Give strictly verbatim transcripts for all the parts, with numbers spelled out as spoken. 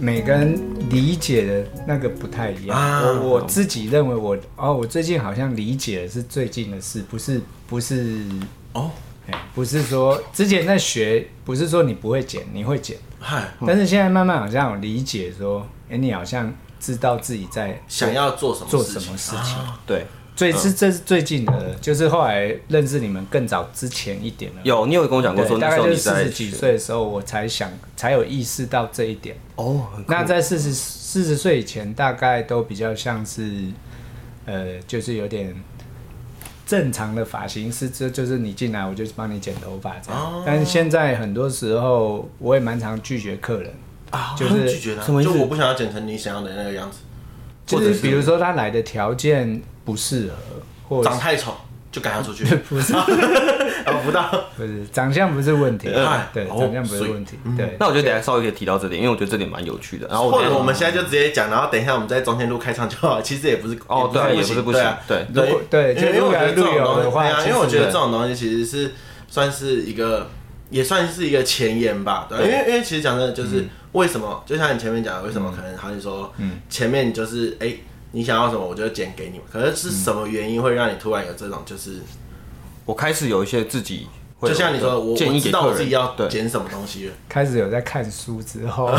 每个人理解的那个不太一样。啊、我我自己认为我哦，我最近好像理解的是最近的事，不是不是哦，不是说之前在学，不是说你不会剪，你会剪，但是现在慢慢好像有理解说，哎、欸，你好像知道自己在想要做什么做什么事情， 啊、 对。 最是这是最近的，就是后来认识你们更早之前一点了。 有，你有跟我讲过说那时候你在大概就是四十几岁的时候，我才想才有意识到这一点。 哦， 那在四十四十岁以前，大概都比较像是，呃，就是有点正常的发型师，这就是你进来我就帮你剪头发这样。哦、但是现在很多时候，我也蛮常拒绝客人啊， 就是拒绝他，什么意思？就我不想要剪成你想要的那个样子。 就是比如说他来的条件不适合，或者长太丑就赶他出去。 不是， 哦，不到， 不是长相不是问题，对，长相不是问题。对， 那我觉得等一下稍微可以提到这点，因为我觉得这点蛮有趣的。然后或者我们现在就直接讲，然后等一下我们在中间录开场就好。其实也不是哦，对，也不是不行，对对对， 因为我觉得这种东西， 的话， 因为我觉得这种东西其实是算是一个。也算是一个前言吧，对，因为因为其实讲真的，就是为什么，就像你前面讲的，为什么可能好像说，前面就是哎、欸，你想要什么我就剪给你，可是是什么原因会让你突然有这种，就是我开始有一些自己， 就像你说，我建议我知道我自己要剪什么东西了， 开始有在看书之后，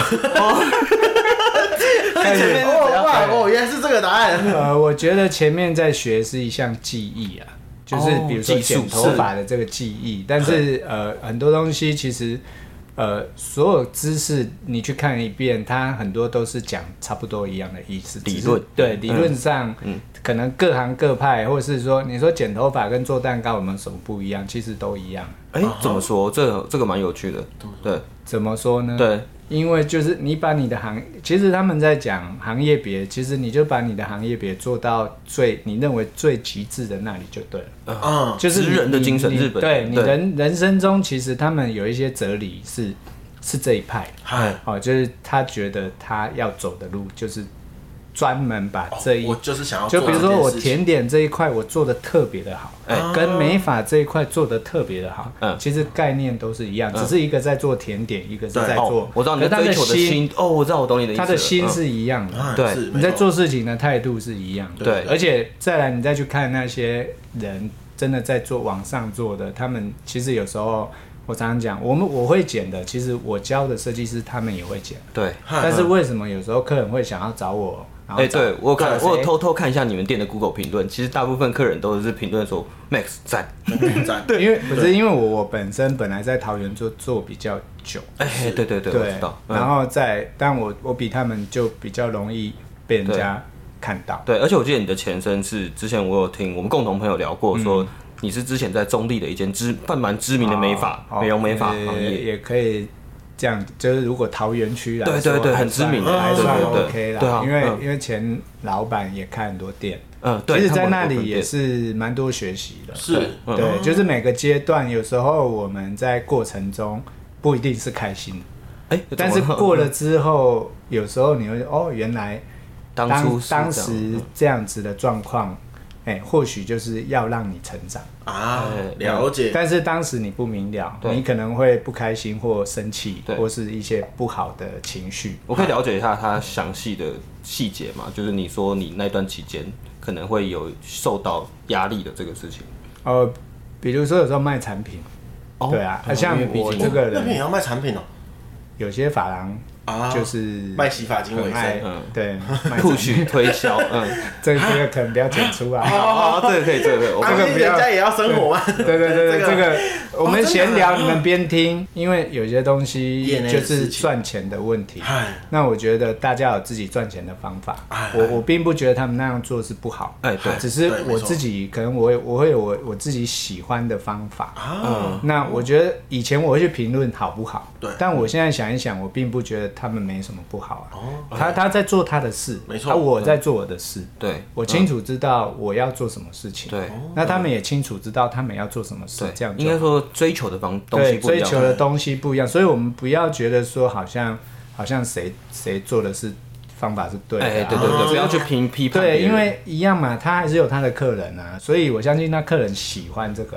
开始哦哇哦，原来是这个答案。 呃，我觉得前面在学是一项技艺啊。就是比如说剪头发的这个技艺，但是呃很多东西其实呃所有知识你去看一遍，它很多都是讲差不多一样的意思。 理论对理论上，嗯，可能各行各派，或者是说你说剪头发跟做蛋糕有没有什么不一样？其实都一样。 哎、欸，怎么说？这个、这个蛮有趣的。对， 怎么说呢？ 对。 因为就是你把你的行，其实他们在讲行业别，其实你就把你的行业别做到最你认为最极致的那里就对了。 嗯，就是职人的精神，日本对你人人生中其实他们有一些哲理是是这一派，哦，就是他觉得他要走的路就是专门把这一， 哦、我就是想要就比如说我甜点这一块我做的特别的好，哎、欸，跟美发这一块做的特别的好，嗯，其实概念都是一样，嗯、只是一个在做甜点，一个是在做， 哦、我知道你的追求的心，哦，我知道我懂你的意思， 他的心是一样的， 嗯、 对，你在做事情的态度是一样的， 对， 而且再来你再去看那些人真的在做往上做的，他们其实有时候。我常常讲，我们我会剪的，其实我教的设计师他们也会剪， 对。 但是为什么有时候客人会想要找我？哎、 欸，对我看，我有偷偷看一下你们店的 Google 评论，其实大部分客人都是评论说 Max 赞， 赞。 对，因为不是因为我我本身本来在桃园做做比较久， 哎、欸，对对对， 对， 我知道。 嗯、然后在，但我我比他们就比较容易被人家看到。 对，而且我记得你的前身是之前我有听我们共同朋友聊过说。嗯你是之前在中立的一间知蛮蛮知名的美发、哦、美容美发行业， 也可以这样，就是如果桃园区来说， 对对对，很知名的， 还算 OK 啦。 对啊， 因为、 嗯、 因为前老板也开很多店， 嗯，对， 其实在那里也是蛮多学习的。 是， 对，嗯、就是每个阶段，有时候我们在过程中不一定是开心的，哎、欸，但是过了之后，有时候你会哦，原来当初当时这样子的状况。欸、或许就是要让你成长啊，了解。 但是当时你不明了，你可能会不开心或生气，或是一些不好的情绪。 我可以了解一下他详细的细节吗？就是你说你那段期间可能会有受到压力的这个事情。 呃，比如说有时候卖产品，哦、对啊，像我这个人， 那边也要卖产品哦。 有些发廊。啊、就是卖洗发精为生， 嗯，对， 不许推销，嗯， 这个这个可能不要剪出来， 哦，这个可以，这个可以， 这个人家也要生活嘛， 对对对，这个我们闲聊，你们边听，因为有些东西就是赚钱的问题，那我觉得大家有自己赚钱的方法，我我并不觉得他们那样做是不好，哎，对，只是我自己可能我我会有我我自己喜欢的方法，嗯，那我觉得以前我会去评论好不好，对，但我现在想一想，我并不觉得。他们没什么不好啊，哦、他他在做他的事， 没错， 啊，我在做我的事， 对， 我清楚知道我要做什么事情， 对， 那他们也清楚知道他们要做什么事，这样应该说追求的方东西不一样， 追求的东西不一样，所以我们不要觉得说好像好像谁谁做的是方法是对的、啊， 哎、欸，对对对，不要去评批判， 对，因为一样嘛，他还是有他的客人啊，所以我相信那客人喜欢这个嘛。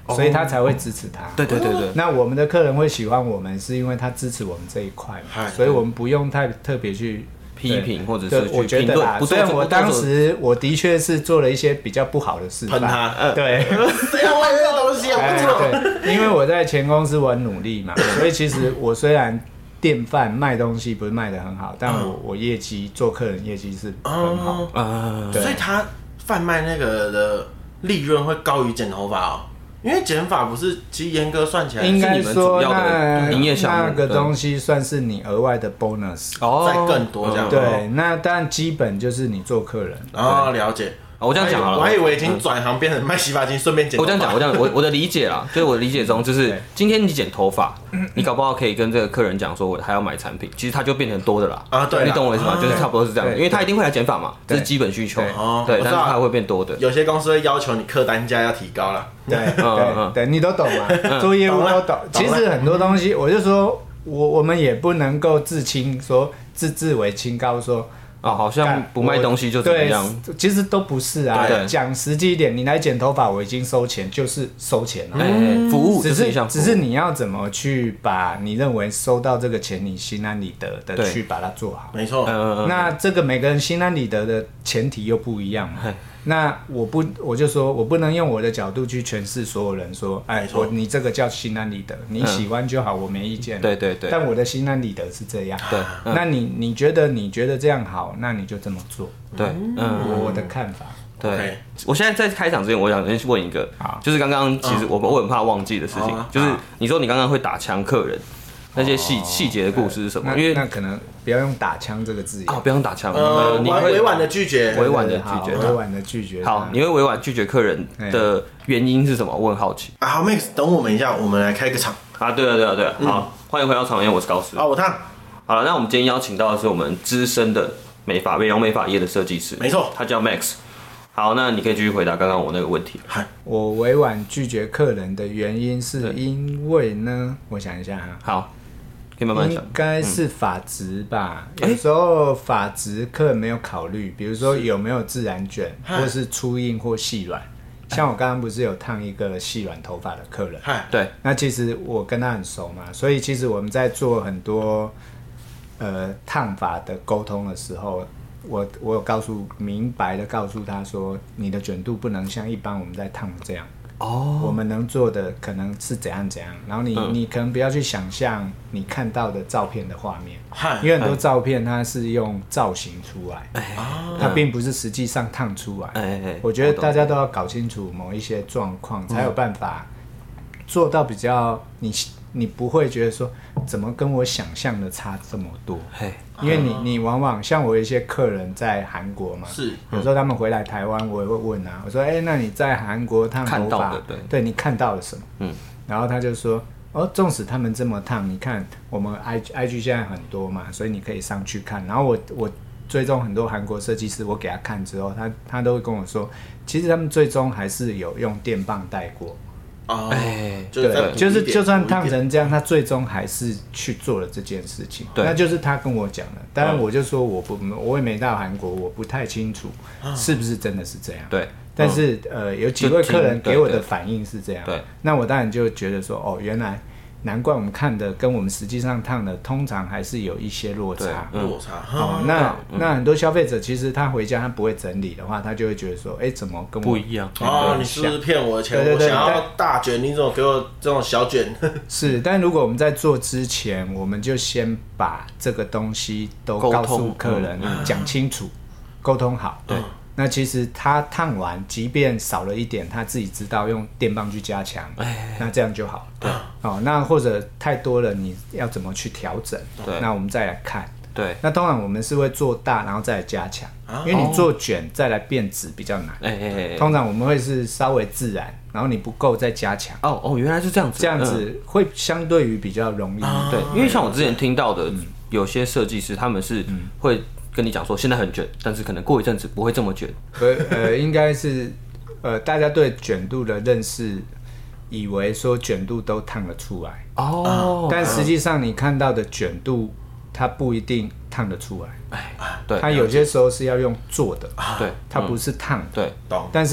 所以他才会支持他。 对对对对。 那我们的客人会喜欢我们，是因为他支持我们这一块嘛，所以我们不用太特别去批评或者是我觉得啦。虽然我当时我的确是做了一些比较不好的事， 喷他， 对， 不要卖这个东西啊，不错。 对，因为我在前公司我很努力嘛，所以其实我虽然店贩卖东西不是卖得很好，但我我业绩做客人业绩是很好啊，所以他贩卖那个的利润会高于剪头发哦。因为剪发不是，其实严格算起来， 应该说那营业项目那个东西算是你额外的 bonus， 哦，再更多这样。 对，那但基本就是你做客人。 哦，了解。 我这样讲好了， 我还以为已经转行变成卖洗发精，顺便剪头发。 我这样讲，我这样我我的理解啦，就是我的理解中，就是今天你剪头发，你搞不好可以跟这个客人讲说，我还要买产品，其实他就变成多的啦。 啊，对， 你懂我意思吗？就是差不多是这样，因为他一定会来剪发嘛，这是基本需求。对，但是他会变多的。 有些公司会要求你客单价要提高了。 对，对，对，你都懂嘛？做业务都懂。其实很多东西，我就说我我们也不能够自清说自自为清高说。 哦，好像不卖东西就怎么样？ 其实都不是啊。讲实际一点，你来剪头发，我已经收钱，就是收钱了。 嗯、服务只是是只是你要怎么去把你认为收到这个钱，你心安理得的去把它做好。 没错。 嗯、那这个每个人心安理得的前提又不一样嘛。那我不，我就说我不能用我的角度去诠释所有人说，哎，我你这个叫心安理得，你喜欢就好，我没意见。 对对对。 但我的心安理得是这样。 对。 那你你觉得你觉得这样好，那你就这么做。 对，嗯， 我的看法。 对，我现在在开场之前，我想先问一个，就是刚刚其实我我很怕忘记的事情，就是你说你刚刚会打枪客人。那些细细节的故事是什么？因为那可能不要用打枪这个字眼哦，不要用打枪。 呃，你会委婉的拒绝， 委婉的拒绝， 委婉的拒绝。 好，你会委婉拒绝客人的原因是什么？我很好奇。 啊，好 ，Max， 等我们一下，我们来开个场啊。对了，对了，对了，好，欢迎回到场面，我是高斯。 啊，我烫。 好了，那我们今天邀请到的是我们资深的美发美容美发业的设计师， 没错， 他叫 Max。好，那你可以继续回答刚刚我那个问题。 我委婉拒绝客人的原因是因为呢，我想一下哈。 好。可以慢慢想， 应该是发质吧。嗯、有时候发质客人没有考虑，比如说有没有自然卷，或是粗硬或细软。像我刚刚不是有烫一个细软头发的客人， 对， 那其实我跟他很熟嘛，所以其实我们在做很多呃烫发的沟通的时候，我我有告诉明白的告诉他说，你的卷度不能像一般我们在烫的这样。哦， oh. 我们能做的可能是怎样怎样，然后你、嗯、你可能不要去想象你看到的照片的画面，因为很多照片它是用造型出来，哦、它并不是实际上烫出来。哎、我觉得大家都要搞清楚某一些状况，才有办法做到比较你你不会觉得说怎么跟我想象的差这么多。因为你你往往像我有一些客人在韩国嘛， 是有时候他们回来台湾，我也会问啊，我说，哎、欸，那你在韩国烫头发，对，对你看到了什么？嗯，然后他就说，哦，纵使他们这么烫，你看我们 I I G 现在很多嘛，所以你可以上去看。然后我我追踪很多韩国设计师，我给他看之后，他他都会跟我说，其实他们最终还是有用电棒带过。 哦， 哎，对，就是就算烫成这样，他最终还是去做了这件事情，那就是他跟我讲的。当然，我就说我不，我也没到韩国，我不太清楚是不是真的是这样。 对， 但是呃，有几位客人给我的反应是这样，对，那我当然就觉得说，哦，原来。难怪我们看的跟我们实际上烫的，通常还是有一些落差。 落差。 哦，那那很多消费者其实他回家他不会整理的话，他就会觉得说，哎、欸，怎么跟我不一样？ 哦，你是不是骗我的钱？对对对，我想要大卷，你怎么给我这种小卷？ 是，但如果我们在做之前，我们就先把这个东西都告诉客人，讲、嗯、清楚，沟通好。对。那其实他烫完，即便少了一点，他自己知道用电棒去加强，那这样就好。对，哦，那或者太多了，你要怎么去调整？对，那我们再来看。 对， 那当然我们是会做大，然后再来加强，因为你做卷再来变直比较难。哎哎哎，通常我们会是稍微自然，然后你不够再加强。 哦哦，原来是这样子， 这样子会相对于比较容易。 对，因为像我之前听到的，有些设计师他们是会。跟你讲说现在很卷，但是可能过一阵子不会这么卷。 呃，应该是呃，大家对卷度的认识，以为说卷度都烫得出来哦，但实际上你看到的卷度，它不一定烫得出来。哎，对，它有些时候是要用做的，对，它不是烫的， 对， 懂。但是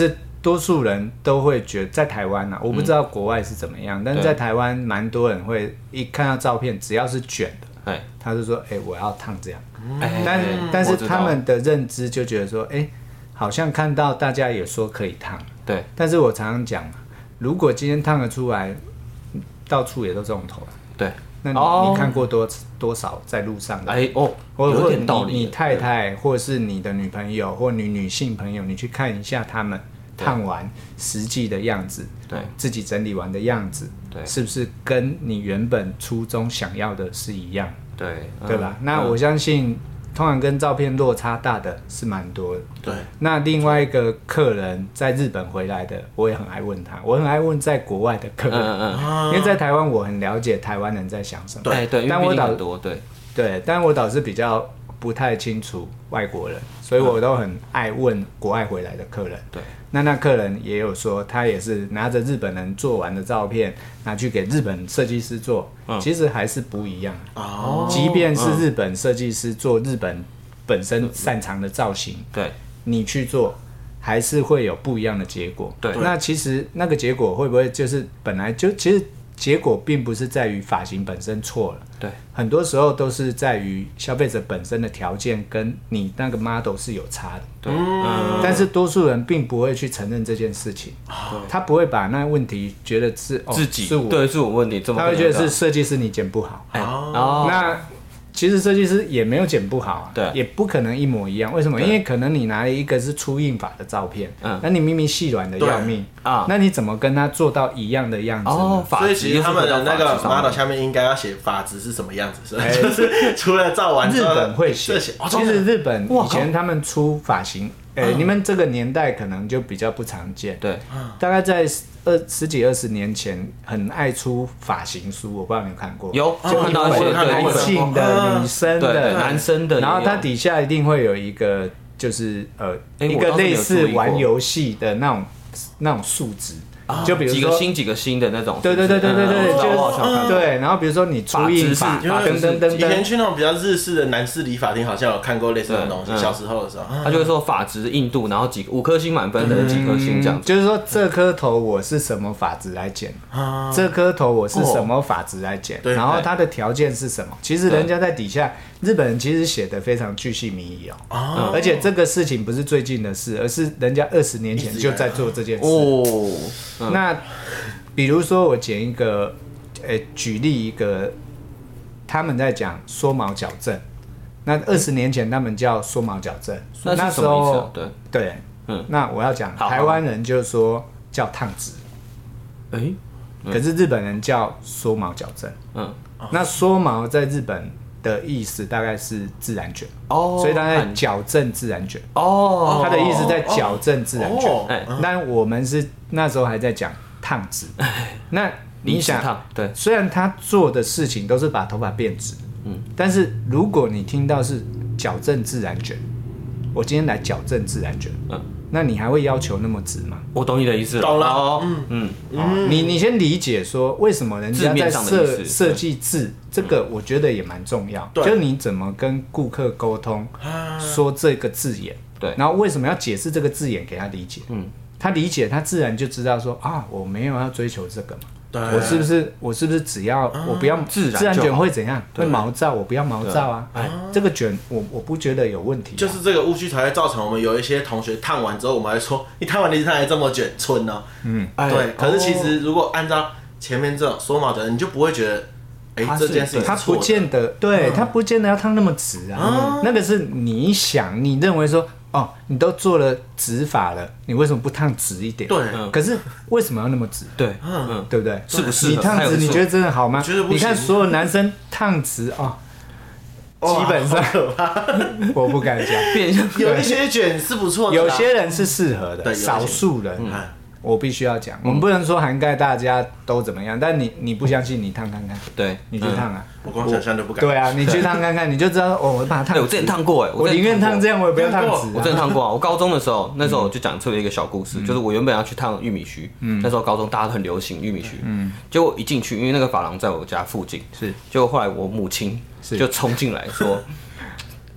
多数人都会觉得在台湾啊，我不知道国外是怎么样，嗯、但是在台湾蛮多人会一看到照片，只要是卷的，他就说：“哎、欸，我要烫这样。嗯”但、嗯、但是他们的认知就觉得说：“哎、欸，好像看到大家也说可以烫。” 对。 但是我常常讲，如果今天烫得出来，到处也都这种头了。 对。 那你、哦、你看过多多少在路上的？ 哎哦，有点道理。 你太太或是你的女朋友或女女性朋友，你去看一下他们烫完实际的样子， 对， 自己整理完的样子，对，是不是跟你原本初衷想要的是一样？ 对， 对吧？ 嗯、 那我相信。通常跟照片落差大的是蛮多的。 对。 那另外一个客人在日本回来的，我也很爱问他，我很爱问在国外的客人，嗯嗯，因为在台湾我很了解台湾人在想什么。 对对， 但我倒多对对，但我倒是比较不太清楚外国人，所以我都很爱问国外回来的客人。 对。 那那客人也有说，他也是拿着日本人做完的照片拿去给日本设计师做，嗯、其实还是不一样。哦，即便是日本设计师做日本本身擅长的造型， 对， 你去做，还是会有不一样的结果。 对， 那其实那个结果会不会就是本来就其实结果并不是在于发型本身错了， 对， 很多时候都是在于消费者本身的条件跟你那个 model 是有差的， 对，嗯， 但是多数人并不会去承认这件事情，他不会把那问题觉得是、哦、 自己是我对是我问题， 他会觉得是设计师你剪不好，哦，那。其实设计师也没有剪不好啊， 对， 也不可能一模一样。为什么？因为可能你拿了一个是初印法的照片，嗯，那你明明细软的要命啊，那你怎么跟他做到一样的样子呢？ 哦，所以其实他们的那个 model 下面应该要写发质是什么样子，所以就是除了照完之后， 日本会写。其实日本以前他们出发型，哎、欸，你们这个年代可能就比较不常见， 对， 大概在二十几二十年前，很爱出发型书，我不知道你有看过， 有，就看到一些男性的、女生的、 男生的， 然后它底下一定会有一个，就是呃，一个类似玩游戏的那种那种数值。就比如说几个星几个星的那种， 对对对对对对，就是对。然后比如说你初印法， 噔噔噔，以前去那种比较日式的男士理发厅，好像有看过类似的东西。小时候的时候， 他就会说发质、硬度，然后几五颗星满分的几颗星这样。 就是说这颗头我是什么发质来剪，这颗头我是什么发质来剪，然后它的条件是什么？其实人家在底下，日本人其实写的非常巨细靡遗哦。而且这个事情不是最近的事，而是人家二十年前就在做这件事哦。那比如说我剪一个，呃、欸，举例一个，他们在讲缩毛矫正，那二十年前他们叫缩毛矫正， 那是什么意思啊？对对，嗯，那我要讲台湾人就说叫烫直，哎、欸嗯，可是日本人叫缩毛矫正，嗯，那缩毛在日本的意思大概是自然卷哦，所以他在矫正自然卷哦，他的意思在矫正自然卷，哦，但我们是那时候还在讲烫直，那你想， 对， 虽然他做的事情都是把头发变直，嗯，但是如果你听到是矫正自然卷，我今天来矫正自然卷，嗯，那你还会要求那么直吗？ 我懂你的意思了， 懂了，哦，嗯嗯，嗯你你先理解说为什么人家在设设计字，这个我觉得也蛮重要，就你怎么跟顾客沟通，说这个字眼， 对， 然后为什么要解释这个字眼给他理解，嗯，他理解他自然就知道说啊，我没有要追求这个嘛。我是不是我是不是只要我不要自然自然卷会怎样？会毛躁，我不要毛躁啊！哎，这个卷我我不觉得有问题，啊。 就是这个误区才会造成我们有一些同学烫完之后，我们还说你烫完你烫还这么卷，蠢哦。嗯，对。可是其实如果按照前面这种缩毛的，你就不会觉得，哎，欸，这件事情他不见得对他不见得要烫那么直啊。嗯，那个是你想你认为说。哦，你都做了直发了，你为什么不烫直一点？ 对， 嗯，可是为什么要那么直？ 对，嗯， 对不对？ 是不是？ 你烫直，你觉得真的好吗？你看所有男生烫直啊，哦，基本上可怕，我不敢讲。 有一些卷是不错的， 有些人是适合的，少数人。我必须要讲，我们不能说涵盖大家都怎么样，但你你不相信，你烫看看， 对， 你去烫啊， 我光想象就不敢。 对啊，你去烫看看，你就知道哦，我把它烫。 我之前烫过哎， 我宁愿烫这样，我也不要烫直。 我真的烫过啊！我高中的时候，那时候我就讲出了一个小故事，就是我原本要去烫玉米须，那时候高中大家都很流行玉米须，嗯，结果一进去，因为那个发廊在我家附近， 是， 结果后来我母亲就冲进来说，哎。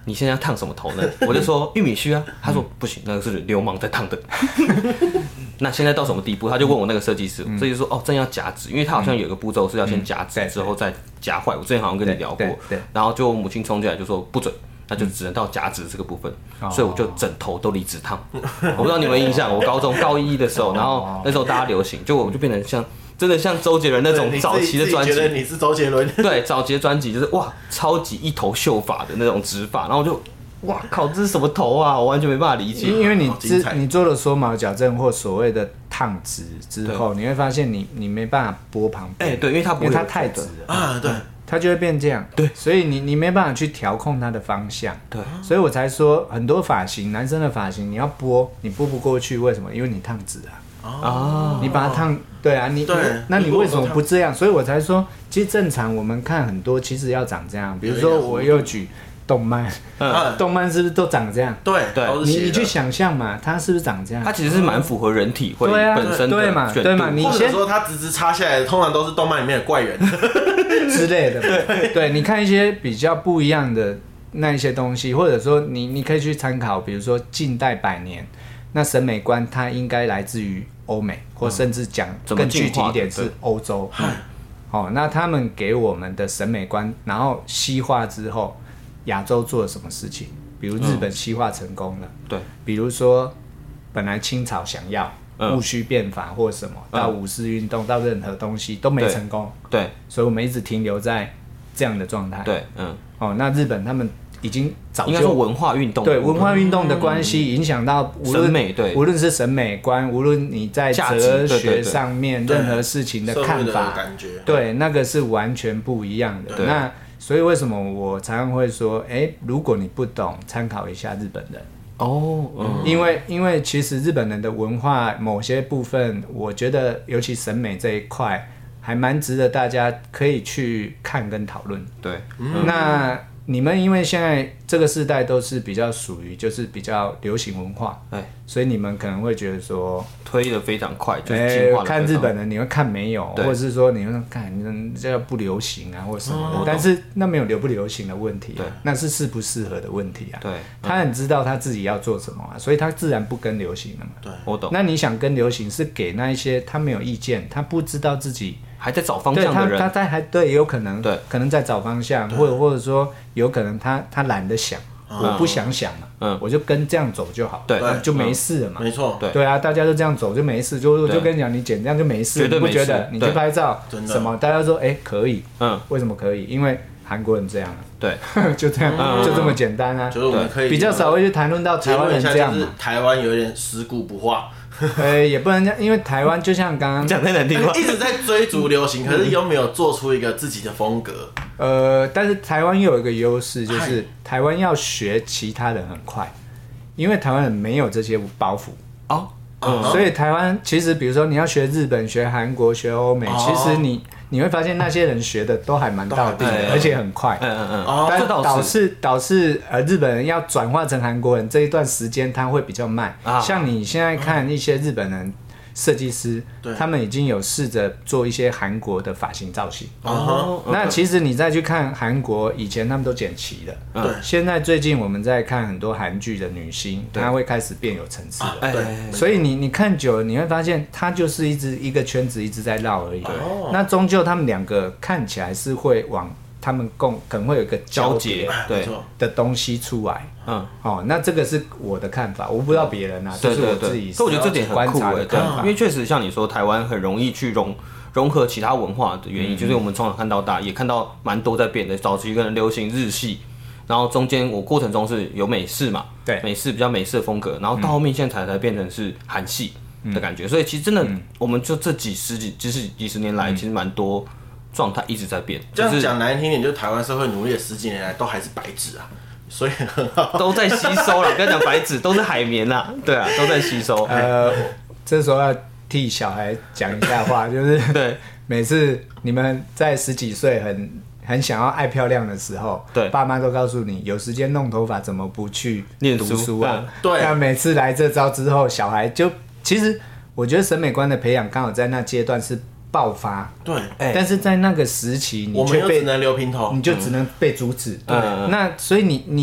你现在要烫什么头呢？我就说玉米须啊。他说不行，那个是流氓在烫的。那现在到什么地步？他就问我那个设计师，设计师说哦，正要夹纸，因为他好像有个步骤是要先夹纸，之后再夹坏。我之前好像跟你聊过，然后就我母亲冲进来就说不准。那就只能到夹子这个部分，嗯、所以我就整头都离子烫。我不知道你有没有印象，我高中高一的时候，然后那时候大家流行，就我就变成像真的像周杰伦那种早期的专辑。 你觉得你是周杰伦？ 对，早期的专辑就是哇，超级一头秀发的那种直发，然后我就哇靠，这是什么头啊？我完全没办法理解。 因为你你做了缩毛矫正或所谓的烫直之后，你会发现你你没办法拨旁边。 哎、欸，对，因为它不会因为它太直了啊，对。 它就会变这样， 对， 所以你你没办法去调控它的方向， 对， 所以我才说很多发型，男生的发型你要拨，你拨不过去，为什么？因为你烫直啊，哦，你把它烫，对啊，你，那你为什么不这样？所以我才说，其实正常我们看很多，其实要长这样，比如说我又举动漫，嗯，动漫是不是都长这样？ 对对， 你你去想象嘛，它是不是长这样？ 它其实是蛮符合人体会本身的对嘛，对嘛，你先说它直直插下来的，通常都是动漫里面的怪人之类的，对对，你看一些比较不一样的那一些东西，或者说你你可以去参考，比如说近代百年，那审美观它应该来自于欧美，或甚至讲更具体一点是欧洲。哦，那他们给我们的审美观，然后西化之后。亚洲做了什么事情？比如日本西化成功了， 对、嗯。 比如说，本来清朝想要戊戌变法或什么，嗯、到五四运动，到任何东西都没成功， 对。对所以我们一直停留在这样的状态， 对，嗯。 哦，那日本他们已经早就应该说文化运动， 对文化运动的关系影响到无论审美，对， 无论是审美观，无论你在哲学上面任何事情的看法， 感觉对，那个是完全不一样的。那所以为什么我常常会说，哎、欸，如果你不懂，参考一下日本人哦，嗯、 因为因为其实日本人的文化某些部分，我觉得尤其审美这一块，还蛮值得大家可以去看跟讨论。 对， 嗯、那你们因为现在这个世代都是比较属于就是比较流行文化， 对， 所以你们可能会觉得说推得非常快，就是进化的、欸、看日本人你会看没有，或者是说你会看你这不流行啊或什么的，嗯、但是那没有流不流行的问题、啊，那是适不适合的问题啊。 对， 他很知道他自己要做什么啊，所以他自然不跟流行了嘛。 对， 我懂。 那你想跟流行是给那一些他没有意见，他不知道自己。 还在找方向的人， 他他在还对，有可能对， 可能在找方向，或者或者说有可能他他懒得想，嗯、我不想想嘛，嗯，我就跟这样走就好， 对， 就没事了嘛， 没错， 对，对啊，大家都这样走就没事，就我就跟你讲，你剪这样就没事，你不觉得？你去拍照什么，大家说哎、欸、可以，嗯，为什么可以？因为韩国人这样啊， 对， 就这样，嗯、就这么简单啊， 就是我们可以比较少会去谈论到台湾人这样嘛， 台湾有点尸骨不化。 呃，也不能这样，因为台湾就像刚刚讲太难听了， 一直在追逐流行，可是又没有做出一个自己的风格。 呃，但是台湾又有一个优势，就是台湾要学其他人很快，因为台湾人没有这些包袱哦，嗯、所以台湾其实比如说你要学日本、学韩国、学欧美，哦、其实你你会发现那些人学的都还蛮到地的，而且很快。嗯嗯嗯。但导致导致呃日本人要转化成韩国人这一段时间，他会比较慢。啊、像你现在看一些日本人设计师，他们已经有试着做一些韩国的发型造型。哦。那其实你再去看韩国，以前他们都剪齐的。对。现在最近我们在看很多韩剧的女星，她会开始变有层次了。对。所以你你看久了，你会发现它就是一直一个圈子一直在绕而已。哦。那终究他们两个看起来是会往他们共可能会有一个交结对的东西出来。嗯。哦，那这个是我的看法，我不知道别人啊，这是我自己。 所以我觉得这点很酷的看法，因为确实像你说，台湾很容易去融。融合其他文化的原因，嗯、就是我们从小看到大，也看到蛮多在变的。早期可能流行日系，然后中间我过程中是有美式嘛，对，美式比较美式的风格，然后到后面现在才才变成是韩系的感觉。嗯、所以其实真的，嗯、我们就这几十几、几十几十年来，嗯、其实蛮多状态一直在变。 这样讲难听点，就是台湾社会努力了十几年来都还是白纸啊，所以很好， 都在吸收了。不要讲白纸，都是海绵啦，对啊，都在吸收。 呃，这时候要替小孩讲一下话，就是对， 每次你们在十几岁很很想要爱漂亮的时候，对，爸妈都告诉你有时间弄头发，怎么不去读书啊？ 对， 那每次来这招之后，小孩就其实我觉得审美观的培养刚好在那阶段是爆发， 对， 但是在那个时期，你我们又只能留平头， 你就只能被阻止，对，那所以你你。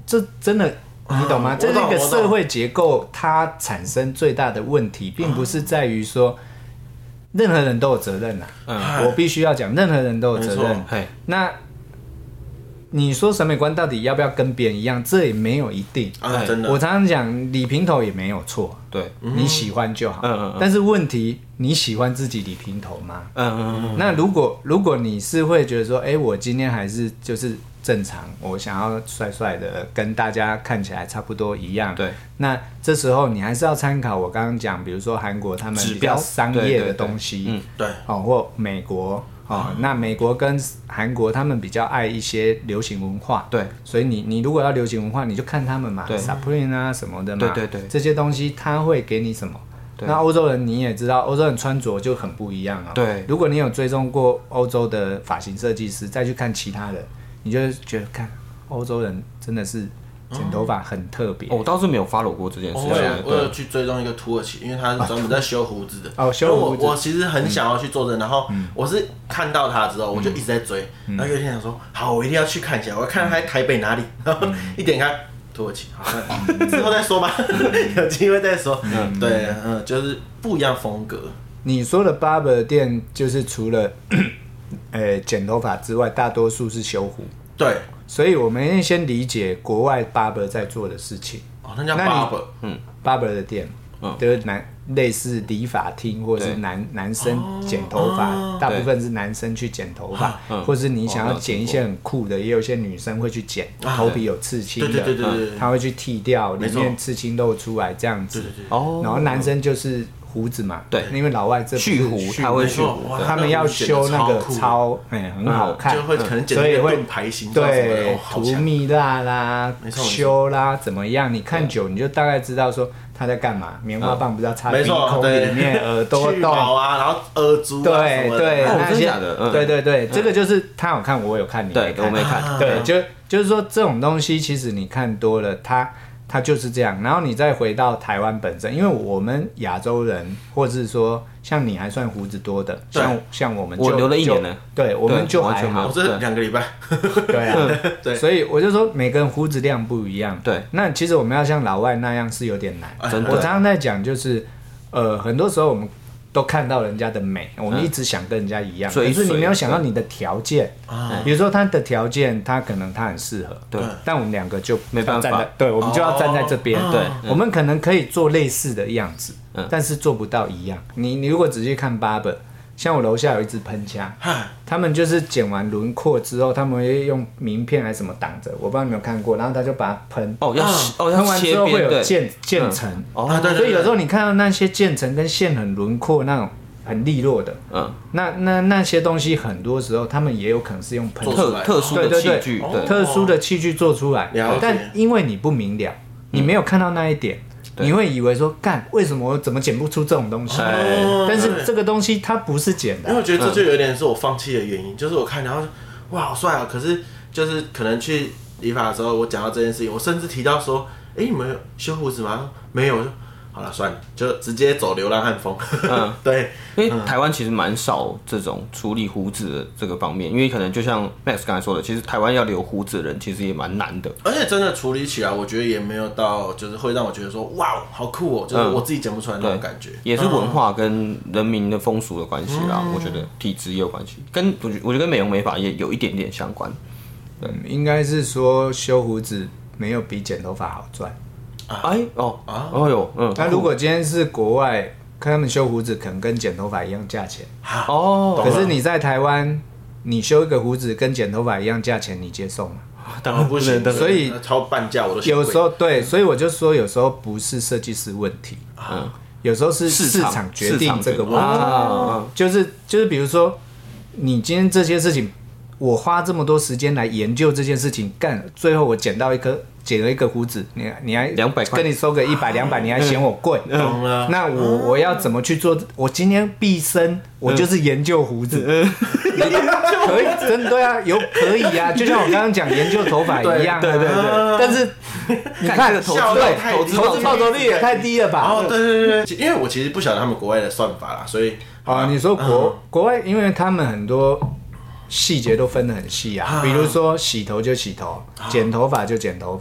这真的。你懂吗？这是一个社会结构，它产生最大的问题，并不是在于说任何人都有责任啦。嗯，我必须要讲，任何人都有责任。那你说审美观到底要不要跟别人一样？这也没有一定啊，真的。 我常常讲，理平头也没有错， 对， 你喜欢就好。嗯嗯。但是问题，你喜欢自己理平头吗？嗯嗯嗯。那如果如果你是会觉得说，哎，我今天还是就是正常，我想要帅帅的，跟大家看起来差不多一样。 对。 那这时候你还是要参考我刚刚讲，比如说韩国他们比较商业的东西， 嗯，对。 哦，或美国。哦，那美国跟韩国他们比较爱一些流行文化， 对， 所以你你如果要流行文化，你就看他们嘛 ，Supreme 啊什么的嘛， 对对对， 这些东西他会给你什么？那欧洲人你也知道，欧洲人穿着就很不一样啊。 对， 如果你有追踪过欧洲的发型设计师，再去看其他人，你就觉得看欧洲人真的是。剪头发很特别、 哦，我倒是没有 follow 过这件事情。 哦、我有去追踪一个土耳其，因为他是专门在修胡子的。 哦，修胡子。 我我其实很想要去做这，然后我是看到他之后，我就一直在追。嗯、然后有一天想说，好，我一定要去看一下，我要看他在台北哪里。然后一点开土耳其，好看，之后再说吧，有机会再说。嗯，对，嗯，就是不一样风格。 你说的 barber 店，就是除了呃剪头发之外，大多数是修胡。 对。 所以我们先理解国外 barber 在做的事情。 哦，那叫 barber， 嗯 ，barber 的店，嗯，就是男类似理发厅，或者是男男生剪头发，哦、大部分是男生去剪头发，嗯、或是你想要剪一些很酷的，也有一些女生会去剪，头皮有刺青的， 对对对对对，他会去剃掉，里面刺青露出来这样子。 对对对。 哦。然后男生就是胡子嘛， 对， 因为老外这蓄胡，他会蓄胡， 他们要修那个超，哎，很好看， 就会可能剪得盾牌形， 对，涂蜜蜡啦，修啦，怎么样？你看久你就大概知道说他在干嘛。棉花棒不是要插鼻孔里面、耳朵洞啊，然后耳珠啊， 对对，那些的， 对对对，这个就是他有看，我有看，你没看， 我没看， 对，就就是说这种东西，其实你看多了，它。它就是这样，然后你再回到台湾本身，因为我们亚洲人，或者是说像你还算胡子多的，像像我们就我留了一年呢， 对，我们就还好， 我这两个礼拜， 对啊，对，所以我就说每个人胡子量不一样， 对， 那其实我们要像老外那样是有点难， 真的， 我常常在讲就是，呃，很多时候我们。都看到人家的美，我们一直想跟人家一样，可是你没有想到你的条件。比如说他的条件，他可能他很适合， 对， 但我们两个就没办法， 对，我们就要站在这边， 对， 我们可能可以做类似的样子，但是做不到一样。你你如果仔细看 barber。像我楼下有一支喷枪，他们就是剪完轮廓之后，他们会用名片还是什么挡着，我不知道你有没有看过，然后他就把它喷， 哦，要哦， 喷完之后会有渐渐层， 哦，对， 所以有时候你看到那些渐层跟线很轮廓那种很利落的，嗯，那那那些东西很多时候他们也有可能是用喷特特殊的器具， 对，特殊的器具做出来，但因为你不明了，你没有看到那一点。你会以为说干为什么我怎么剪不出这种东西？但是这个东西它不是剪的， 因为我觉得这就有点是我放弃的原因，就是我看然后哇好帅啊，可是就是可能去理发的时候，我讲到这件事情，我甚至提到说，哎，你们有修胡子吗？没有，好了算了，就直接走流浪汉风。嗯，对， 因为台湾其实蛮少这种处理胡子的这个方面，因为可能就像 Max 刚才说的，其实台湾要留胡子的人其实也蛮难的， 而且真的处理起来，我觉得也没有到就是会让我觉得说哇好酷哦，就是我自己剪不出来那种感觉。 也是文化跟人民的风俗的关系啦，我觉得体质也有关系，跟我觉我觉得跟美容美发也有一点点相关。 对，应该是说修胡子没有比剪头发好赚。 哎哦啊哦哟，嗯， 那如果今天是国外，看他们修胡子可能跟剪头发一样价钱哦， 可是你在台湾，你修一个胡子跟剪头发一样价钱，你接受吗？ 当然不行， 所以超半价我都有时候对，所以我就说有时候不是设计师问题，嗯，有时候是市场决定这个问题，就是就是比如说你今天这些事情，我花这么多时间来研究这件事情，干最后我剪到一颗。剪了一个胡子，你你还两百块， 跟你收个一百两百，你还嫌我贵？ 懂了。 那我我要怎么去做？我今天毕生我就是研究胡子，可以真对啊，有可以啊，就像我刚刚讲研究头发一样， 对对对。 但是你看投资对投资报酬率也太低了吧？ 哦，对对对，因为我其实不晓得他们国外的算法啦，所以啊，你说国国外，因为他们很多。细节都分得很细啊，比如说洗头就洗头，剪头发就剪头发，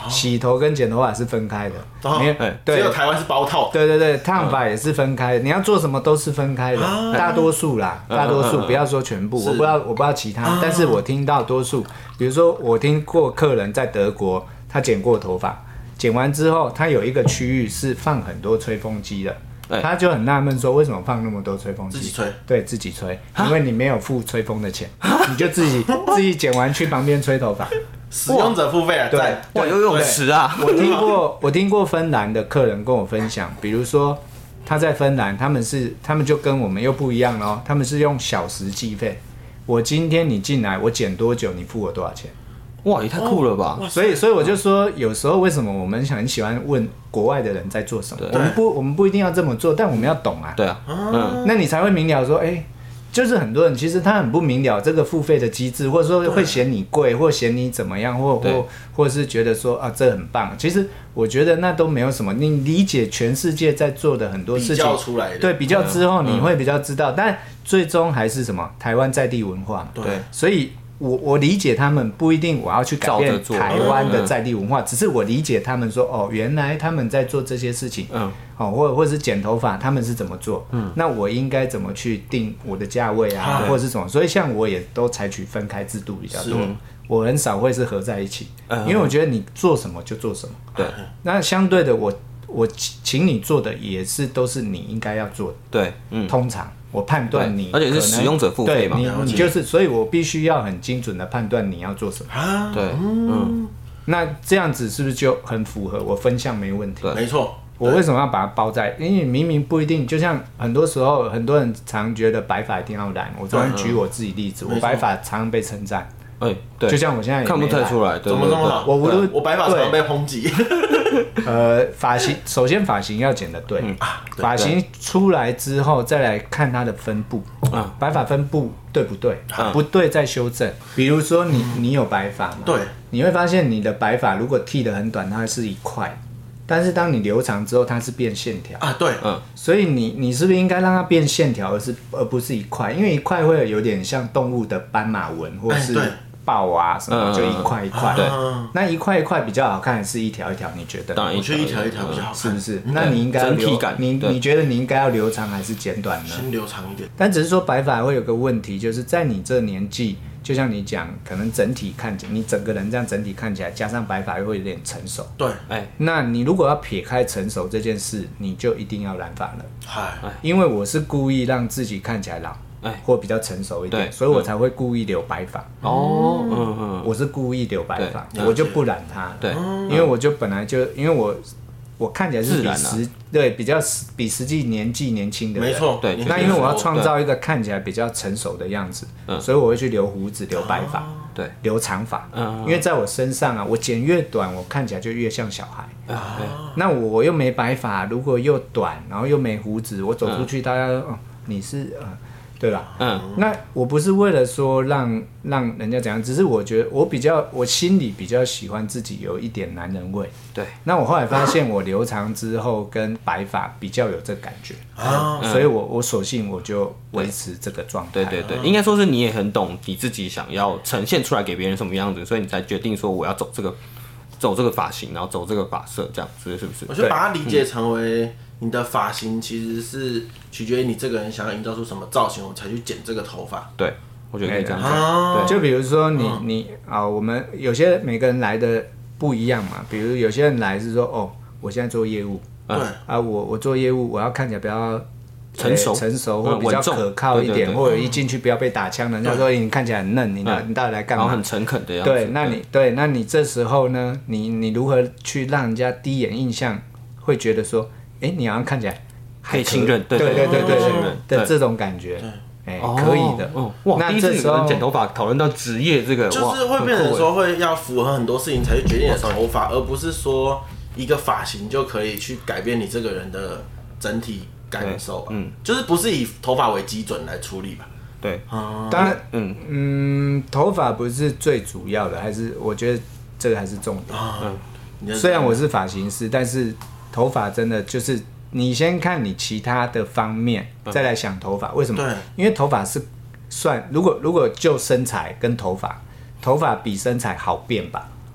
洗头跟剪头发是分开的， 哦、没有，对，只有台湾是包套。 对对对，烫发也是分开的，你要做什么都是分开的，啊、大多数啦，大多数、嗯、不要说全部，我不知道我不知道其他，啊、但是我听到多数，比如说我听过客人在德国，他剪过头发，剪完之后，他有一个区域是放很多吹风机的。他就很纳闷说，为什么放那么多吹风机？ 自己吹， 对自己吹，因为你没有付吹风的钱，你就自己自己剪完去旁边吹头发。 使用者付费啊， 对， 哇，游泳池啊！ 我听过，我听过芬兰的客人跟我分享，比如说他在芬兰，他们是他们就跟我们又不一样哦，他们是用小时计费。我今天你进来，我剪多久，你付我多少钱？ 哇，也太酷了吧！ 哦、所以，所以我就说，有时候为什么我们很喜欢问国外的人在做什么？我们不，我们不一定要这么做，但我们要懂啊。 对啊，嗯， 那你才会明了说，哎、欸，就是很多人其实他很不明了这个付费的机制，或者说会嫌你贵，或嫌你怎么样，或或或是觉得说啊这很棒。其实我觉得那都没有什么，你理解全世界在做的很多事情， 比较出来的， 对，比较之后你会比较知道，嗯、但最终还是什么台湾在地文化嘛， 对， 所以。我我理解他们不一定我要去改变台湾的在地文化，只是我理解他们说哦，原来他们在做这些事情，嗯，哦，或或者是剪头发，他们是怎么做，嗯，那我应该怎么去定我的价位啊，或者是什么？所以像我也都采取分开制度比较多，我很少会是合在一起，因为我觉得你做什么就做什么， 对， 那相对的我我请你做的也是都是你应该要做的， 对，嗯， 通常。我判断你， 而且是使用者付费嘛， 你你就是，所以我必须要很精准的判断你要做什么。 啊， 对，嗯， 那这样子是不是就很符合我分项没问题？ 对，没错。 我为什么要把它包在？因为明明不一定，就像很多时候很多人常觉得白发一定要染。我昨天举我自己例子，我白发常常被称赞。 哎，对， 就像我现在也看不太出来， 怎么这么好？ 我无论我白发常常被抨击。 呃，发型首先发型要剪得对，发型出来之后再来看它的分布，白发分布对不对？不对再修正。比如说你你有白发嘛？ 对， 你会发现你的白发如果剃得很短，它是一块。但是当你留长之后，它是变线条啊，对， 嗯， 所以你你是不是应该让它变线条，而是而不是一块？因为一块会有点像动物的斑马纹，或是豹啊什么，就一块一块。对，那一块一块比较好看，还是一条一条？你觉得？ 当然，我觉得一条一条比较好看， 是不是？那你应该整体感， 你你觉得你应该要留长还是剪短呢？ 先留长一点。 但只是说白发会有个问题，就是在你这年纪。就像你讲，可能整体看起来，你整个人这样整体看起来，加上白发又会有点成熟。 对， 哎，那你如果要撇开成熟这件事，你就一定要染发了。 嗨， 因为我是故意让自己看起来老，哎，或比较成熟一点，所以我才会故意留白发。 哦，嗯嗯， 我是故意留白发，我就不染它。 对， 因为我就本来就，因为我。我看起来是比实、啊、对比较比实际年纪年轻的人， 没错， 对。 那因为我要创造一个看起来比较成熟的样子，所以我会去留胡子、留白发，对，留长发。嗯，因为在我身上啊，我剪越短，我看起来就越像小孩。啊，那我又没白发，如果又短，然后又没胡子，我走出去，大家哦，你是呃。对吧？嗯，那我不是为了说让让人家怎样，只是我觉得我比较，我心里比较喜欢自己有一点男人味。 对， 那我后来发现我留长之后跟白发比较有这感觉啊，所以我我索性我就维持这个状态。 对对对，应该说是你也很懂你自己想要呈现出来给别人什么样子，所以你才决定说我要走这个走这个发型，然后走这个发色，这样子是不是？ 我就把它理解成为。你的发型其实是取决于你这个人想要营造出什么造型，我才去剪这个头发。 对，我觉得可以这样讲。 啊、对，就比如说你、嗯、你啊，我们有些每个人来的不一样嘛。比如有些人来是说，哦，我现在做业务， 对啊，我我做业务，我要看起来比较成熟、 成熟或比较可靠一点，对对对，或者一进去不要被打枪的。人家说你看起来很嫩，你你到底来干嘛？ 然后很诚恳的样子。 对，那你对，那你这时候呢，你你如何去让人家第一眼印象会觉得说，哎、欸，你好像看起来。 可以信任， 对对对对对对的这种感觉，哎，可以的。 哇，那这时候剪头发讨论到职业这个， 就是会变成说会要符合很多事情才去决定你的头发，而不是说一个发型就可以去改变你这个人的整体感受。嗯，就是不是以头发为基准来处理吧？ 对， 当然，嗯嗯，头发不是最主要的，还是我觉得这个还是重点。嗯，虽然我是发型师，但是头发真的就是。你先看你其他的方面，再来想头发。为什么？ 对， 因为头发是算，如果如果就身材跟头发，头发比身材好变吧。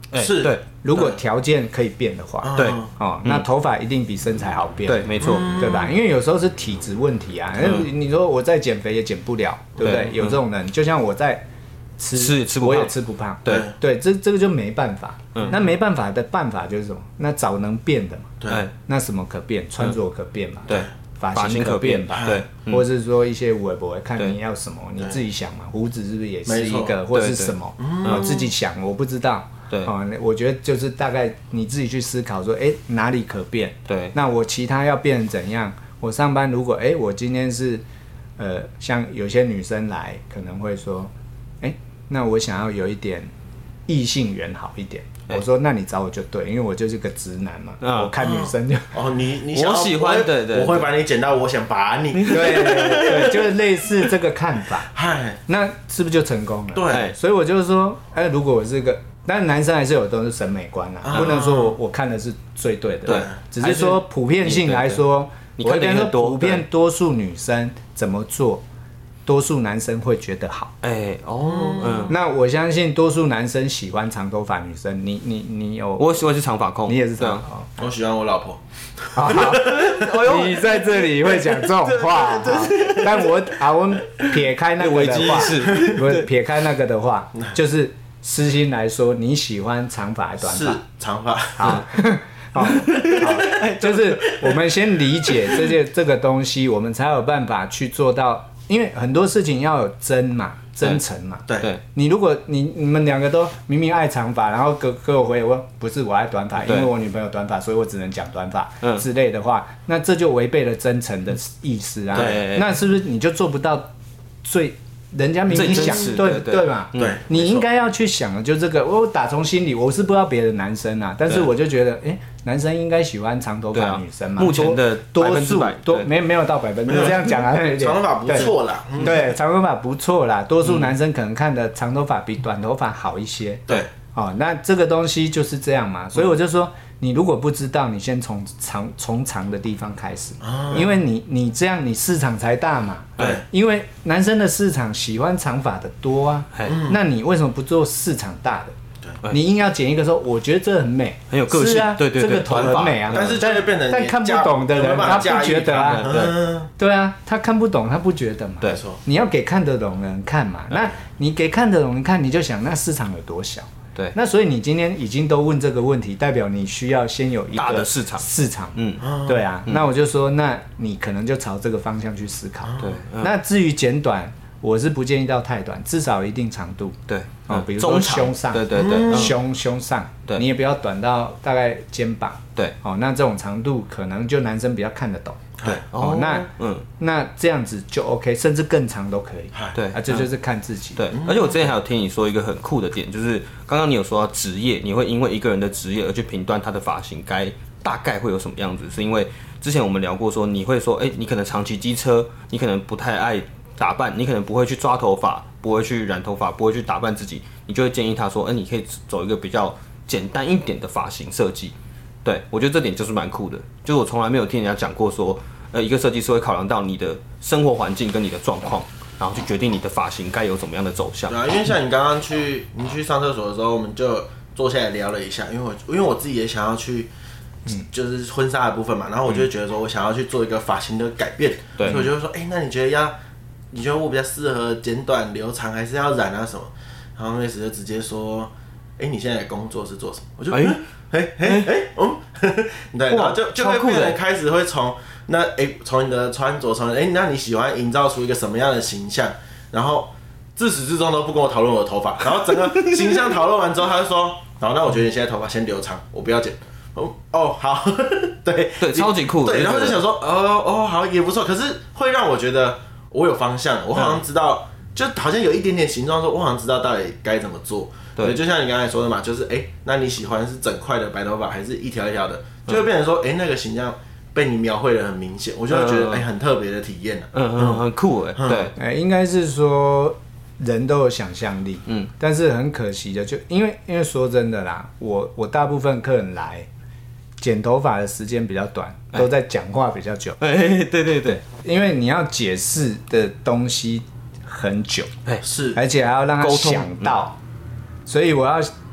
是， 对。 如果条件可以变的话， 对， 哦，那头发一定比身材好变。 对，没错， 对吧？因为有时候是体质问题啊。你说我再减肥也减不了，对不对？有这种人，就像我在吃吃吃不胖， 我也吃不胖。 对对，这这个就没办法。那没办法的办法就是什么？那找能变的嘛。 对， 那什么可变？穿着可变嘛。 对。 发型可变吧， 对， 或者是说一些微博看你要什么，你自己想嘛。胡子是不是也是一个，或者是什么？啊，自己想，我不知道。 对啊，我觉得就是大概你自己去思考说，哎，哪里可变？ 对， 那我其他要变成怎样？我上班如果哎，我今天是呃，像有些女生来可能会说，哎，那我想要有一点异性缘好一点。我说，那你找我就对，因为我就是个直男嘛。嗯、我看女生就哦，你你我喜欢的， 我会把你捡到，我想把你。 对对，就是类似这个看法。嗨，那是不是就成功了？ 对， 所以我就是说，哎，如果我是个，但男生还是有都是审美观啦，啊、不能说我我看的是最对的。 对， 只是说普遍性来说， 我跟你说， 普遍多数女生怎么做。多数男生会觉得好， 哎、欸、哦，嗯， 那我相信多数男生喜欢长头发女生，你你你有， 我我是长发控， 你也是长发， 我喜欢我老婆。 你在这里会讲这种话，但我啊，我撇开那个的话，不是撇开那个的话，就是私心来说，你喜欢长发还是短发？ 是长发。 好。好，好，就是我们先理解这些这个东西，我们才有办法去做到。因为很多事情要有真嘛，真诚嘛。 对，对你如果你你们两个都明明爱长发，然后给给我回我不是我爱短发，因为我女朋友短发，所以我只能讲短发之类的话，那这就违背了真诚的意思啊。 对， 那是不是你就做不到最？人家明明想对对嘛， 对， 你应该要去想的就这个。我打从心里，我是不知道别的男生啊，但是我就觉得，哎，男生应该喜欢长头发女生嘛。 目前的多数多没没有到百分之这样讲啊， 长头发不错啦， 对，长头发不错啦。多数男生可能看的长头发比短头发好一些。 对， 哦，那这个东西就是这样嘛，所以我就说。你如果不知道，你先从长从长的地方开始，哦、因为你你这样你市场才大嘛。 对， 因为男生的市场喜欢长发的多啊，嗯、那你为什么不做市场大的？对，你硬要剪一个说，我觉得这很美， 很有个性， 是啊， 对对对， 这个头很美啊。 但是就会变成， 但看不懂的人他不觉得啊， 对对啊，他看不懂他不觉得嘛。 对， 你要给看得懂的人看嘛。那你给看得懂人看，你就想那市场有多小。 对， 那所以你今天已经都问这个问题，代表你需要先有一个大的市场， 市场， 嗯， 对啊，嗯、那我就说，那你可能就朝这个方向去思考。 对， 嗯、那至于剪短，我是不建议到太短，至少一定长度。 对， 哦，比如说胸上， 对对对， 胸胸上， 对， 你也不要短到大概肩膀。 对， 哦，那这种长度可能就男生比较看得懂。 对， 哦，那嗯，那这样子就 OK， 甚至更长都可以。 对， 啊，这就是看自己。 对，而且我之前还有听你说一个很酷的点，就是刚刚你有说到职业，你会因为一个人的职业而去评断他的发型该大概会有什么样子，是因为之前我们聊过说，你会说，哎、欸，你可能常骑机车，你可能不太爱打扮，你可能不会去抓头发，不会去染头发，不会去打扮自己，你就会建议他说，哎、欸，你可以走一个比较简单一点的发型设计。对，我觉得这点就是蛮酷的，就是我从来没有听人家讲过说。呃，一个设计师会考量到你的生活环境跟你的状况，然后去决定你的发型该有怎么样的走向。 对啊，因为像你刚刚去你去上厕所的时候，我们就坐下来聊了一下，因为我因为我自己也想要去，嗯、就是婚纱的部分嘛，然后我就会觉得说我想要去做一个发型的改变， 对， 所以我就会说，哎、欸，那你觉得要，你觉得我比较适合剪短留长，还是要染啊什么？然后那时就直接说，哎、欸，你现在的工作是做什么？我就，哎哎哎哎，嗯，对，然后就就会变成开始会从。那哎，从你的穿着，从哎，那你喜欢营造出一个什么样的形象？然后自始至终都不跟我讨论我的头发，然后整个形象讨论完之后，他就说：“好，那我觉得你现在头发先留长，我不要剪。”哦哦，好，对对，超级酷。 对，然后就想说：“哦哦，好，也不错。”可是会让我觉得我有方向，我好像知道，嗯、就好像有一点点形状，说我好像知道到底该怎么做。对，就像你刚才说的嘛，就是哎，那你喜欢是整块的白头发，还是一条一条的？就会变成说，哎，那个形象。被你描绘的很明显，我就会觉得哎、嗯欸，很特别的体验、啊、 嗯嗯，很酷哎、欸，对， 哎、欸，应该是说人都有想象力，嗯，但是很可惜的，就因为因为说真的啦，我我大部分客人来剪头发的时间比较短，都在讲话比较久， 哎、欸，对对对， 因为你要解释的东西很久， 哎、欸、是， 而且还要让他想到，嗯、所以我要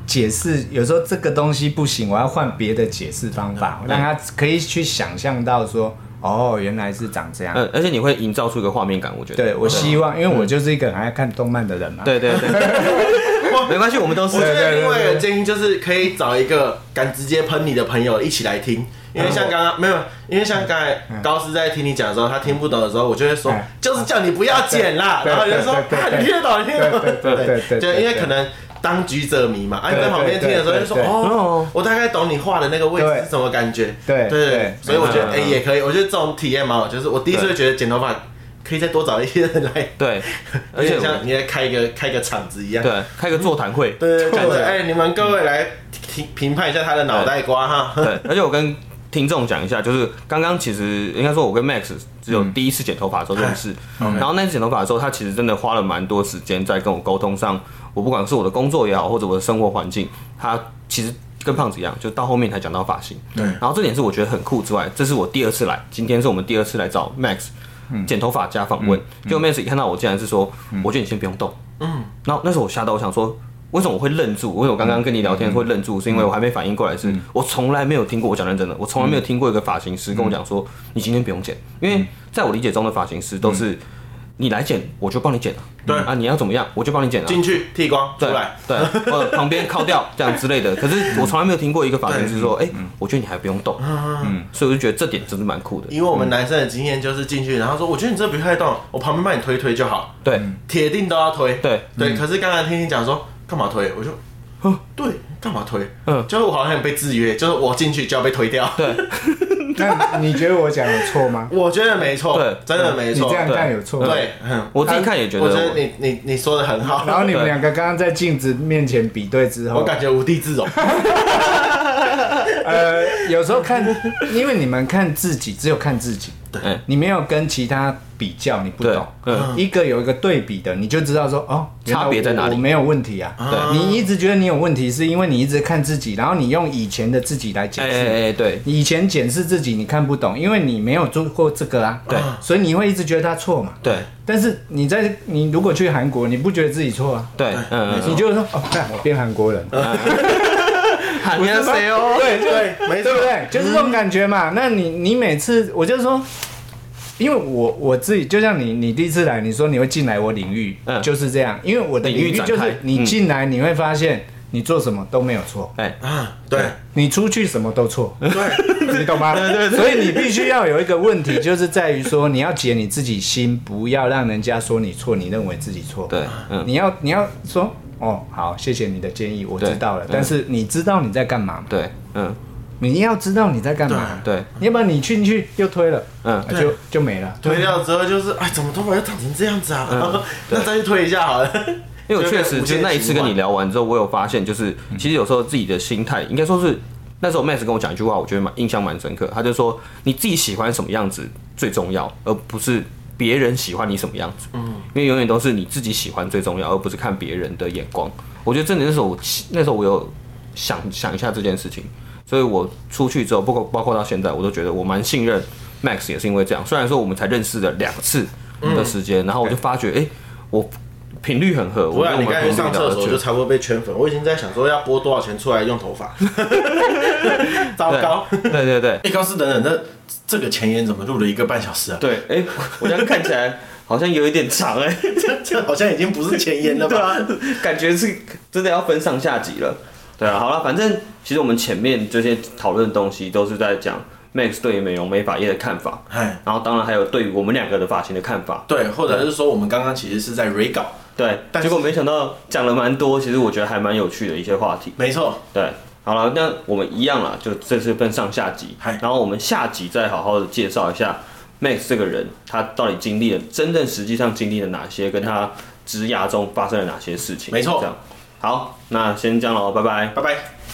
解释，有时候这个东西不行，我要换别的解释方法，让他可以去想象到说，哦，原来是长这样。 嗯，而且你会营造出一个画面感，我觉得。 对，我希望，因为我就是一个很爱看动漫的人嘛。 对对对。没关系，我们都是。 我觉得另外一个建议就是可以找一个敢直接喷你的朋友一起来听。因为像刚刚没有，因为像刚才高斯在听你讲的时候，他听不懂的时候，我就会说，就是叫你不要剪啦，然后就说，你听得懂，你听得懂，对对对，就因为可能当局者迷嘛，啊，你在旁边听的时候就说，哦，我大概懂你画的那个位置是什么感觉，对对对，所以我觉得哎也可以，我觉得这种体验蛮好，就是我第一次会觉得剪头发可以再多找一些人来， 对， 而且像你在开一个开个场子一样， 对，开个座谈会， 对对对，哎，你们各位来评评判一下他的脑袋瓜哈， 对，而且我跟听众讲一下，就是刚刚其实应该说，我跟 Max 只有第一次剪头发的时候认识，嗯、然后那次剪头发的时候，他其实真的花了蛮多时间在跟我沟通上。我不管是我的工作也好，或者我的生活环境，他其实跟胖子一样，就到后面才讲到发型。对，然后这点是我觉得很酷之外，这是我第二次来，今天是我们第二次来找 Max 剪头发加访问。结果 Max 一看到我，竟然是说，我觉得你先不用动。嗯，然后那时候我吓到，我想说。为什么我会愣住？因为我刚刚跟你聊天会愣住，是因为我还没反应过来是，是我从来没有听过。我讲认真的，我从来没有听过一个发型师跟我讲说，你今天不用剪，因为在我理解中的发型师都是你来剪，我就帮你剪了。对啊，你要怎么样，我就帮你剪了。 进去剃光出来， 对，或者旁边敲掉这样之类的。可是我从来没有听过一个发型师说，哎，我觉得你还不用动。嗯，所以我就觉得这点真的蛮酷的。 因为我们男生的经验就是进去，然后说，我觉得你这不太动，我旁边帮你推推就好。 对， 铁定都要推。 对对，可是刚才听你讲说干嘛推，我就。对，干嘛推？嗯，就是我好像被制约，就是我进去就要被推掉。 对， 那你觉得我讲有错吗？ 我觉得没错，对，真的没错。 你这样看有错？ 对， 嗯，我自己看也觉得。 我觉得你你你说的很好。 然后你们两个刚刚在镜子面前比对之后， 我感觉无地自容。 呃，有时候看，因为你们看自己，只有看自己，对，你没有跟其他比较，你不懂。一个有一个对比的，你就知道说，哦， 差别在哪里？ 我没有问题啊。对，你一直觉得你有问题，是因为你一直看自己，然后你用以前的自己来检视。 哎哎，对， 以前检视自己，你看不懂，因为你没有做过这个啊。对，所以你会一直觉得他错嘛。 对。 但是你在你如果去韩国，你不觉得自己错啊？ 对，嗯， 你就会说，哦，看我变韩国人。 不是谁哦？ 对对，没错，对不对？就是这种感觉嘛。那你你每次，我就说，因为我我自己就像你，你第一次来，你说你会进来我领域，嗯，就是这样。因为我的领域就是你进来，你会发现你做什么都没有错。哎啊，对， 你出去什么都错。 对， 你懂吗？ 对对对。 所以你必须要有一个问题，就是在于说你要解你自己心，不要让人家说你错，你认为自己错。 对，嗯， 你要你要说。哦，好，谢谢你的建议，我知道了。但是你知道你在干嘛？ 对，嗯， 你要知道你在干嘛？ 对， 要不然你进去又推了，嗯，就就没了。 推掉之后就是，哎，怎么头发又长成这样子啊？嗯、那再去推一下好了。 因为我确实就那一次跟你聊完之后，我有发现，就是其实有时候自己的心态，应该说是那时候 Max 跟我讲一句话，我觉得蛮印象蛮深刻。他就说，你自己喜欢什么样子最重要，而不是。别人喜欢你什么样子？嗯，因为永远都是你自己喜欢最重要，而不是看别人的眼光。我觉得真的那时候我那时候我有想想一下这件事情，所以我出去之后，包括包括到现在，我都觉得我蛮信任 Max， 也是因为这样。虽然说我们才认识了两次的时间，嗯、然后我就发觉，哎、欸，我频率很合。 不然你刚才上厕所就差不多被圈粉，我已经在想说要拨多少钱出来用头发。糟糕！ 对对对， 哎，高斯等等，那这个前言怎么录了一个半小时啊？ 对，哎、欸，我这样看起来好像有一点长哎、欸， 这这好像已经不是前言了吧？ 对啊，感觉是真的要分上下集了。对啊，好了，反正其实我们前面这些讨论的东西都是在讲 Max 对于美容美发业的看法，然后当然还有对于我们两个的发型的看法， 对，或者是说我们刚刚其实是在 re 稿， 对，结果没想到讲了蛮多，其实我觉得还蛮有趣的一些话题。 没错， 对。好了，那我们一样啦，就这次分上下集，然后我们下集再好好的介绍一下 Max 这个人，他到底经历了真正实际上经历了哪些，跟他职涯中发生了哪些事情。 没错， 这样。好，那先这样喽，拜拜， 拜拜。